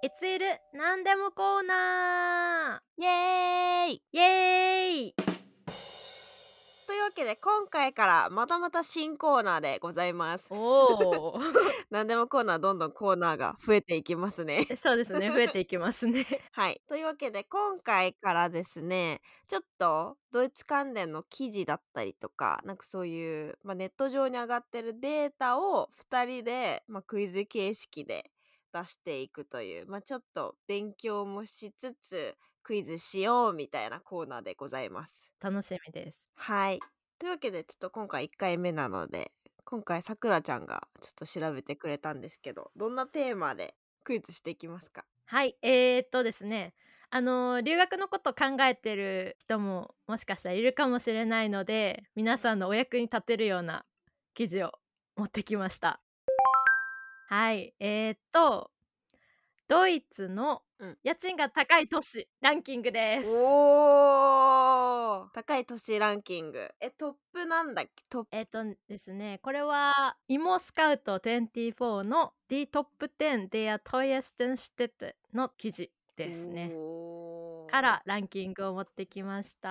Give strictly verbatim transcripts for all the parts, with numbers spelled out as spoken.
いついるなんでもコーナイエーイーイエーイというわけで今回からまたまた新コーナーでございます。 おーなんでもコーナーどんどんコーナーが増えていきますね。 そうですね、増えていきますね。 はい。というわけで今回からですね、ちょっとドイツ関連の記事だったりとか、なんかそういう、まあ、ネット上に上がってるデータをふたりで、まあ、クイズ形式で出していくという、まあ、ちょっと勉強もしつつクイズしようみたいなコーナーでございます。 楽しみです。 はい。というわけでちょっと今回いっかいめなので、今回さくらちゃんがちょっと調べてくれたんですけど、どんなテーマでクイズしていきますか？ はい、えー、っとですねあのー留学のこと考えてる人ももしかしたらいるかもしれないので、皆さんのお役に立てるような記事を持ってきました。はい、えー、っとドイツのうん。 家賃が高い都市ランキングです。 おー、高い都市ランキング。え、トップなんだっけ？トップ。 えっとですね、これはイモスカウトにじゅうよんの Die Top じゅう der teuersten Städte の記事ですね。かおー。 らランキングを持ってきました。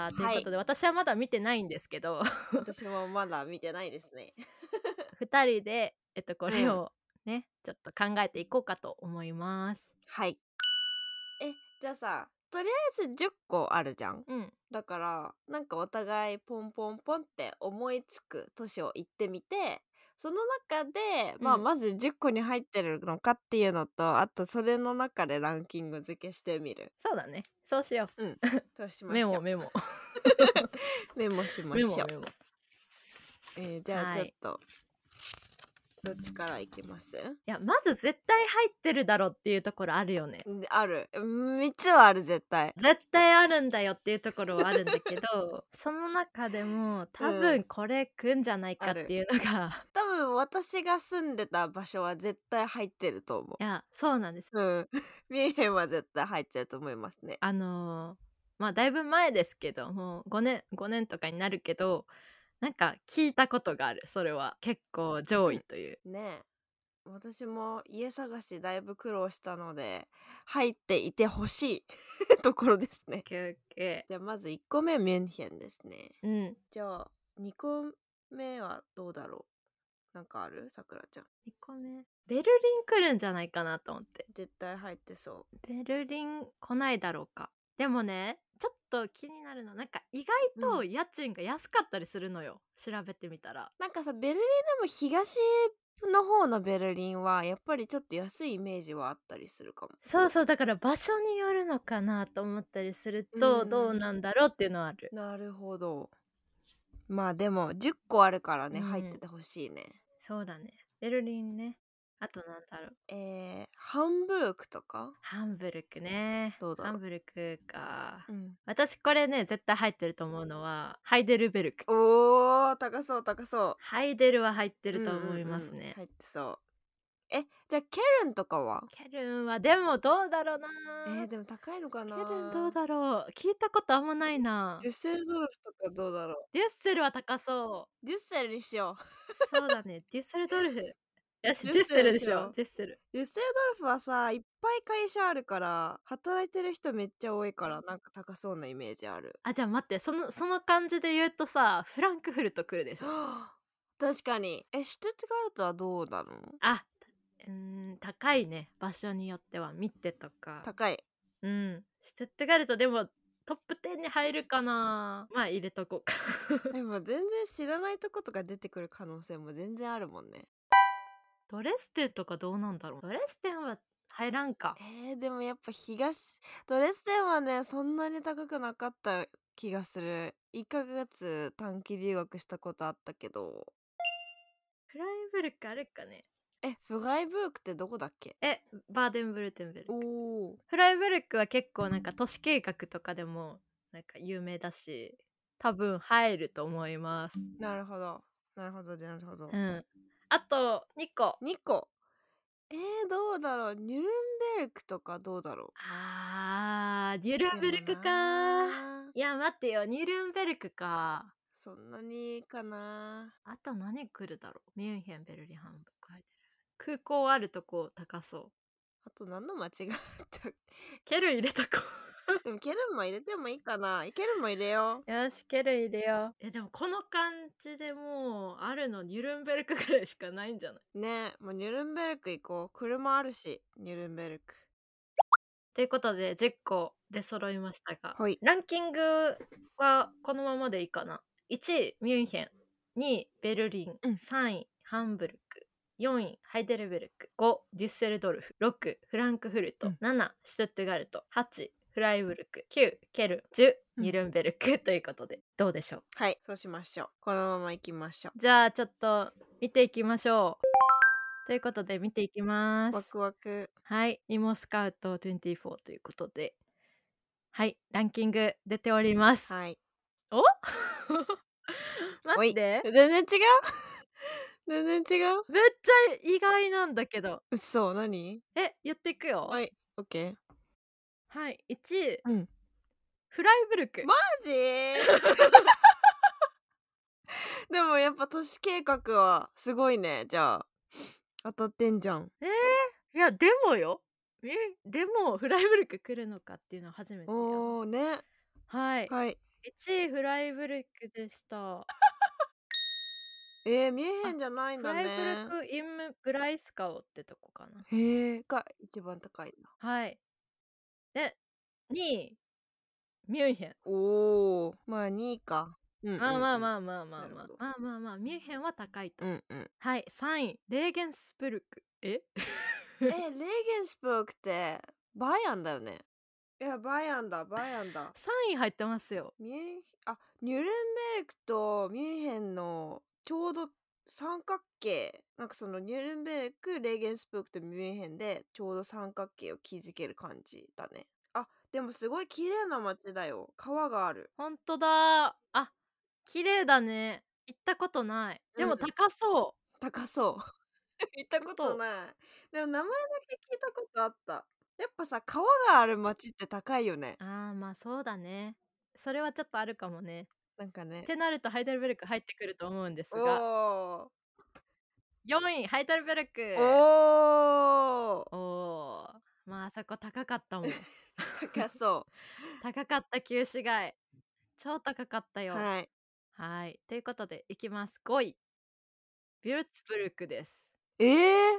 というはい。 ことで、私はまだ見てないんですけど、 私もまだ見てないですね。 ふたりで、えっと、こうん。 れをね、ちょっと考えていこうかと思います。 はい。え、じゃあさ、とりあえずじゅっこあるじゃん。 うん。 だからなんかお互いポンポンポンって思いつく都市を言ってみて、その中で、まあ、 うん。 まずじゅっこに入ってるのかっていうのと、あとそれの中でランキング付けしてみる。 そうだね。そうしようん、そうしう。 ましょう。 メモメモ。 メモしましょう。 メモメモ。 えー、じゃあちはい。 ょっとどっちからいきます？ いや、まず絶対入ってるだろっていうところあるよね。 んある。みっつはある絶対。 絶対あるんだよっていうところはあるんだけど、その中でもう多分ん、 これくんじゃないかある。 っていうのが多分私が住んでた場所は絶対入ってると思いや、そうなんです。 う。うん。ミュンヘンは絶対入ってると思いますね。 あの、ま、だいぶ前ですけど、もうごねんごねんとかになるけど、なんか聞いたことがある、それは。結構上位という。 うん。ねえ。私も家探しだいぶ苦労したので、入っていてほしいところですね。 オッケーオッケじゃあまずいっこめミュンヘンですね。 ー。うん。 じゃあにこめはどうだろう？なんかある？さくらちゃん。 にこめ、ベルリン来るんじゃないかなと思って。 絶対入ってそう。 ベルリン来ないだろうか。でもね、ちょっと気になるの、なんか意うん。 外と家賃が安かったりするのよ、調べてみたら。 なんかさ、ベルリンでも東の方のベルリンはやっぱりちょっと安いイメージはあったりするかも。 そうそう、だから場所によるのかなと思ったりするうと、どうーん。 なんだろうっていうのはある。 なるほど。まあでもじゅっこあるからね、入ってうん、 てほしいね。 そうだね。ベルリンね。あとなんだろう。 えー、ハンブルクとかハンブルクね。 どうだろハンブルクか。 う？うん。 私これね、絶対入ってると思うのは、ハイデルベルク。 おー、高そう高そハイデルは入ってう。うんうると思いんうん。 ますね。 入ってそう。え、じゃあケルンとかは？ ケルンはでもどうだろうな。 えー、でも高いのかケルンどうな？ だろう。聞いたことあんまないな。 デュッセルドルフとかどうだろデュッセルは高そう。 う？デュッセルにしよう。 そうだね、デュッセルドルフ。よし、デュッデュッセルセルでしょう、 にしよう。 デュッセル。 デュッセルドルフはさ、いっぱい会社あるから、働いてる人めっちゃ多いから、なんか高そうなイメージある。 あ、じゃあ待って、そのその感じで言うとさ、フランクフルト来るでしょ。 確かに。え、シュトゥットガルトはどうなの？ あ、うーん、高いね、場所によっては。ミッテとか。 高い。 うん。シュトゥットガルトでもトップじゅうに入るかな。まあ入れとこうか。 でも全然知らないとことか出てくる可能性も全然あるもんね。 ドレスデンとかどうなんだろう。ドレスデンは入らんか。 えー、でもやっぱ東、ドレスデンはね、そんなに高くなかった気がする。いっかげつ短期留学したことあったけど。 フライブルクあるかね。 え、フライブルクってどこだっけ？ え、バーデンブルテンベルク。 おー。 フライブルクは結構なんか都市計画とかでもなんか有名だし、多分入ると思います。 なるほど。なるほど、なるほど。 うん。あとにこ。 にこ。えー、どうだろう。ニュルンベルクとかどうだろあー、ニュルう。でもンベルクか。 なー、 いや待ってよ、ニュルンベルクか。 そんなにかな。 あと何来るだろう。ミュンヘン、ベルリン、ハンブルク入ってる。空港あるとこ高そう。 あと何の間違ったケルン入れとこでもケルンも入れてもいいかな。ケルンも入れよう。よし、ケルン入れよう。え、でもこの感じでもうあるのニュルンベルクぐらいしかないんじゃない？ う。ね、もうニュルンベルク行こう。車あるし、ニュルンベルク。 ということでじゅっこ出揃いましたが、 はい。 ランキングはこのままでいいかな。いちいミュンヘン、にいベルリン、 うんさんいハンブルク、よんいハイデルベルク、ごデュッセルドルフ、ろくフランクフルト、 うんななシュトゥットガルト、はちフライブルク、きゅうケルン、じゅううんニュルンベルクということでどうでしょう？ はい、そうしましょう。このまま行きましょう。 じゃあちょっと見ていきましょう。ということで見ていきまワす。 クワク。 はい、ニモスカウトにじゅうよんということで、はい、ランキング出ております。 はい。 おおい、 待って、 全然違う全然違うめっちゃ意外なんだけど。 嘘、何え、言っていくよ。 はい、オッケー。 はい、いちいうん。 フライブルク。 マジでもやっぱ都市計画はすごいね。じゃあ当たってんじゃん。 えー、いやでもよ。え、でもフライブルク来るのかっていうのは初めてやわ。 おーね。 はい。 はい。 いちいフライブルクでした。 えー、見えへあ、 んじゃないんだフライブルね。 クインムブライスカオってとこかな。 へえ、が一番高いんだ。 はい。で、にいミュンヘン。 おお、まあにいか。うんうんまあまあうん。 まあまあまあまあなるほど。 まあまあまあミュンヘンは高いと。 うんうん。 はい、さんいレーゲンスブルク。ええ、レーゲンスブルクってバイアンだよね。いや、バイアンだ、バイアンだ。 さんい入ってますよ。 ミュンあ、ニュルンベルクとミュンヘンのちょうど三角形、なんかそのニュルンベルク、レーゲンスブルクとミュンヘンでちょうど三角形を築ける感じだね。あ、でもすごい綺麗な街だよ。川がある。 ほんとだ。あ、綺麗だね。行ったことない。でもうん、 高そう。 高そう。行ったことほんと。 ない。でも名前だけ聞いたことあった。やっぱさ、川がある街って高いよね。 ああ、まあそうだね。それはちょっとあるかもね。 なんかね。 ってなるとハイデルベルク入ってくると思うんでおすが、 お。 よんいハイデルベルク。 おお。 おお、まああそこ高かったもん。 高そ高かった旧市街。超高かったう。 よ。 はい。 はい。ということでいきます。ごいビュルツブルクです。 ええ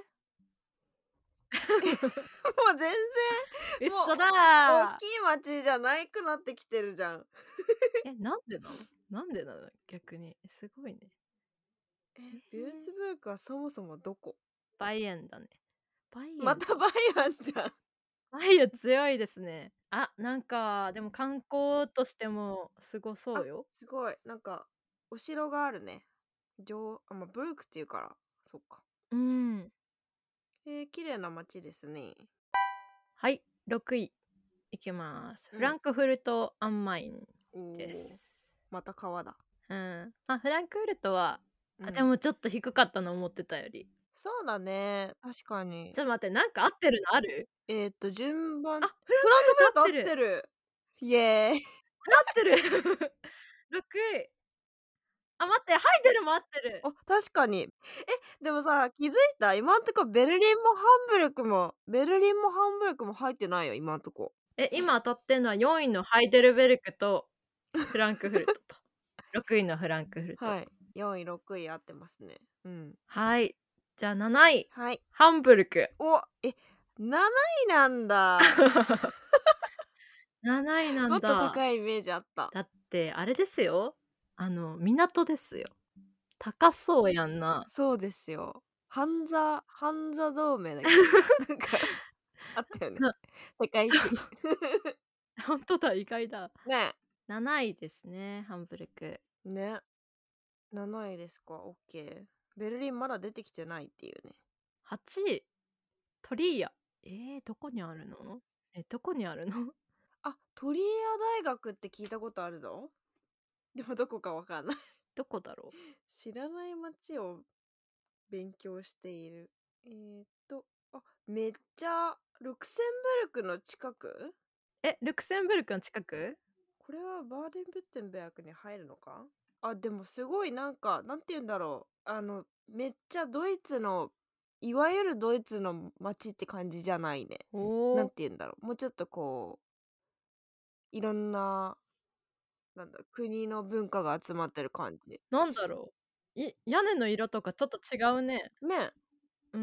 もう全然も嘘う大だきい町じゃないくなってきてるじゃん。 ー。え、なんでなの？なんでなの？逆に。すごいね。 え、 えビューツー、 ブルクはそもそもどこ？ バイエンだね。バイエンか。 またバイアンじゃん。 バイエン強いですね。あ、なんかでも観光としてもすごそあ、 うよ。 すごい。なんかお城があるね。城あ、まあ、ブルクっていうから、そっか。 うん。 えー、綺麗な町ですね。 はい、ろくいいきます。 うん。 フランクフルトアンマインでおお、 す。 また川だ。 うん。あ、フランクフルトは、あ、でうん。 もちょっと低かったの思ってたより。 そうだね。確かに。 ちょっと待って、なんか合ってるのある？ えっと、順番あ、 フフランランクフルト合っクフルト合ってる。 てる。イエーイ。 合ってる。ろくい。あ、待って、ハイデルも合ってる。 あ、確かに。え、でもさ、気づいた？今んとこベルリンもハンブルクもベルリンもハンブルクも入ってないよ、今んとこ。 え、今当たってんのはよんいのハイデルベルクとフランクフルトと、ろくいのフランクフルト。 はい。よんい、ろくい合ってますね。うん。 はい。じゃあなないはい。 ハンブルク。 お、え、なないなんだ。 なないなもっとんだ。 高いイメージあった。 だってあれですよ、あの港ですよ。高そうやんな。 そうですよ。半座半座同盟だっけ？なんかあったよね。 な世界史。 ちょっとほんとだ、意外だ。 ね。 なないですね、ハンブルク。 ね。なないですか。オッケー。ベルリンまだ出てきてないっていうね。 はちいトリーヤ。えー、どこにあるの？え、どこにあるの？ あ、トリエア大学って聞いたことあるぞ。でもどこかわかんない。 どこだろう？ 知らない街を勉強している。えーっと、あ、めっちゃルクセンブルクの近く？ え、ルクセンブルクの近く？ これはバーデンブッテンベルクに入るのか？あ、でもすごいなんか、なんて言うんだろう。あの、めっちゃドイツのいわゆるドイツの街って感じじゃないね。なんおお。 て言うんだろう、もうちょっとこういろんな、なんだろう、国の文化が集まってる感じ。 なんだろう、い屋根の色とかちょっと違うね。 ね。 うん。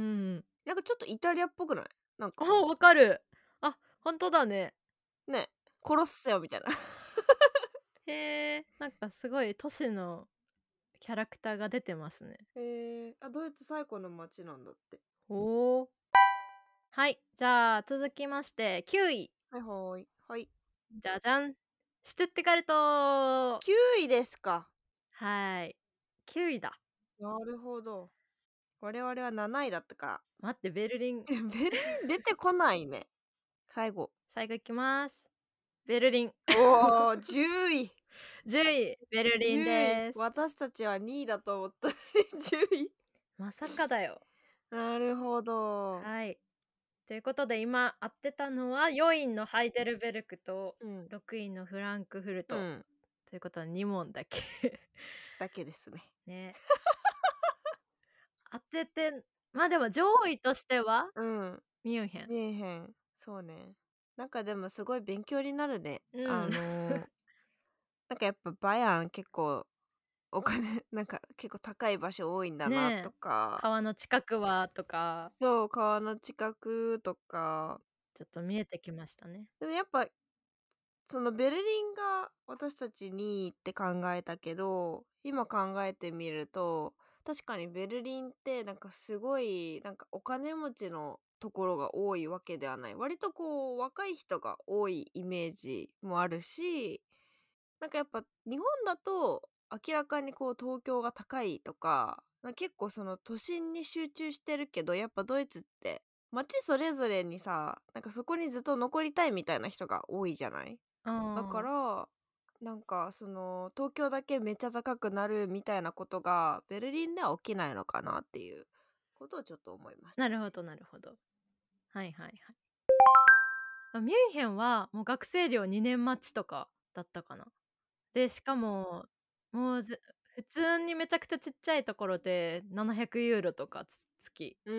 なんかちょっとイタリアっぽくない？なんか。 あ、分かる。あ、ほんとだね。 ね、コロッセオみたいな。 へえ、なんかすごい都市のキャラクターが出てますね。 へえ、あ、ドイツ最古の街なんだって。 おお。はい、じゃあ続きましてきゅうい。 はいはい、はい。 じゃじゃん。シュトゥットガルト。 きゅういですか。 はい、きゅういだ。 なるほど。我々はなないだったから。 待って、ベルリン。 え、ベルリン出てこないね。最後。 最後いきます。ベルリン。 おお、じゅうい。 じゅうい、ベルリンじゅうい。 です。 私たちはにいだと思ったのにじゅうい。 まさかだよ。 なるほど。 はい。ということで今当てたのはよいんのハイデルベルクとうん。 ろくいのフランクフルト。 うん。 ということはに問だけ。 だけですね。 ね。当ててま、でも上位としてはうん。 ミュンヘン。 ミュンヘン、そうね。なんかでもすごい勉強になるね。あうん。 の、なんかやっぱバヤン結構お金なんか結構高い場所多いんだなとねえ、 か。 川の近くはとか。 そう、川の近くとか。 ちょっと見えてきましたね。 でもやっぱそのベルリンが私たちにいって考えたけど、今考えてみると、確かにベルリンってなんかすごいなんかお金持ちのところが多いわけではない。割とこう若い人が多いイメージもあるし、なんかやっぱ日本だと明らかにこう東京が高いとか、な結構その都心に集中してるけど、やっぱドイツって街それぞれにさ、なんかそこにずっと残りたいみたいな人が多いじゃない。だかああ。 ら、なんかその東京だけめっちゃ高くなるみたいなことがベルリンでは起きないのかなっていうことをちょっと思いましたね。 なるほどなるほど。はいはいはい。あ、ミュンヘンはもう学生寮にねん待ちとかだったかな。で、しかも、もうぜ普通にめちゃくちゃちっちゃいところでななひゃくユーロとかつ月。 うん。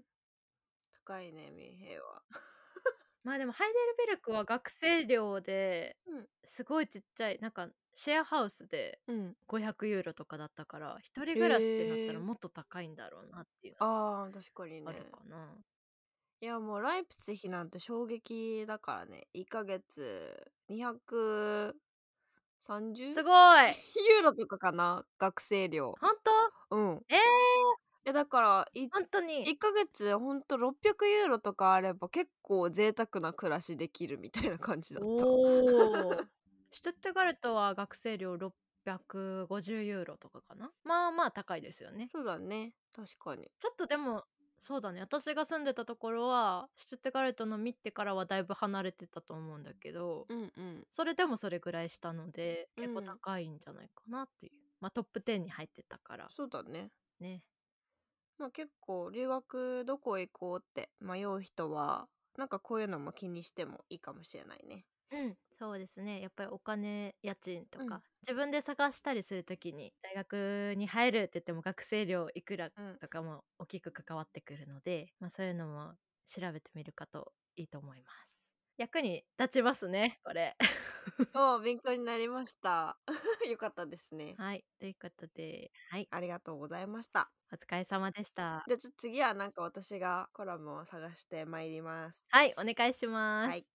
高いね、ミュンヘンは。 まあ、でもハイデルベルクは学生寮でうん。 すごいちっちゃい、なんかシェアハウスでうん。 ごひゃくユーロとかだったから、一人暮らしってなったらへえ。 もっと高いんだろうなっていうのああ、確かにあるね。 かな。 いやもうライプツィヒなんて衝撃だからね。いっかげつにひゃくさんじゅう？ すごい。 ユーロとかかな、学生寮。 ほんと？ うん。 ええ！ え、だから、いほんとに。 いっかげつほんとろっぴゃくユーロとかあれば結構贅沢な暮らしできるみたいな感じだった。 おお。シュトゥットガルトは学生寮ろっぴゃくごじゅうユーロとかかな。まあまあ高いですよね。 そうだね、確かに。 ちょっとでも、そうだね、私が住んでたところは、シュトゥットガルトのミッテからはだいぶ離れてたと思うんだけど、 うんうん。 それでもそれぐらいしたので、結構うん。 高いんじゃないかなっていう。ま、トップテンに入ってたから。 そうだね。 ね。 ま、結構留学どこ行こうって迷う人は、なんかこういうのも気にしてもいいかもしれないね。 うん、そうですね。やっぱりお金、家賃とうん。 か、自分で探したりする時に、大学に入るって言っても学生寮いくらうん。 とかも大きく関わってくるので、ま、そういうのも調べてみるかといいと思います。役に立ちますね、これ。 おお、勉強になりました。良かったですね。 はい、ということで、はい。 ありがとうございました。 お疲れ様でした。 じゃ、ちょ次はなんか私がコラムを探して参ります。 はい、お願いしまはい。 す。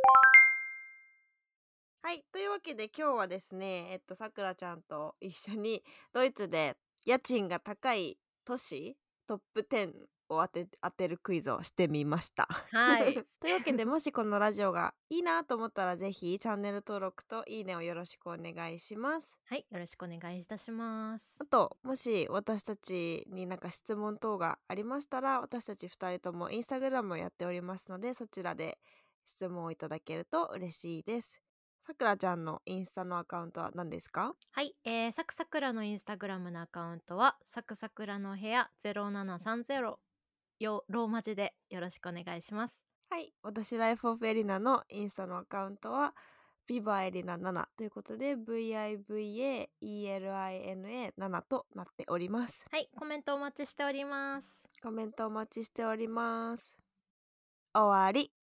はい、というわけで今日はですね、えっとさくらちゃんと一緒にドイツで家賃が高い都市トップテンを当て当てるクイズをしてみました。 はい。 というわけでもしこのラジオがいいなと思ったらぜひチャンネル登録といいねをよろしくお願いします。 はい、よろしくお願いいたします。 あともし私たちになんか質問等がありましたら、私たちふたりともインスタグラムをやっておりますので、そちらで質問をいただけると嬉しいです。さくらちゃんのインスタのアカウントは何ですか？ はい、えー、サクサクラのインスタグラムのアカウントはサクサクラの部屋ゼロななさんゼロよローマ字でよろしくお願いします。 はい、私ライフオフエリナのインスタのアカウントはビバエリナななということで ブイアイブイエーイーエルアイエヌエーなな となっております。 はい、コメントお待ちしております。 コメントお待ちしております。終わり。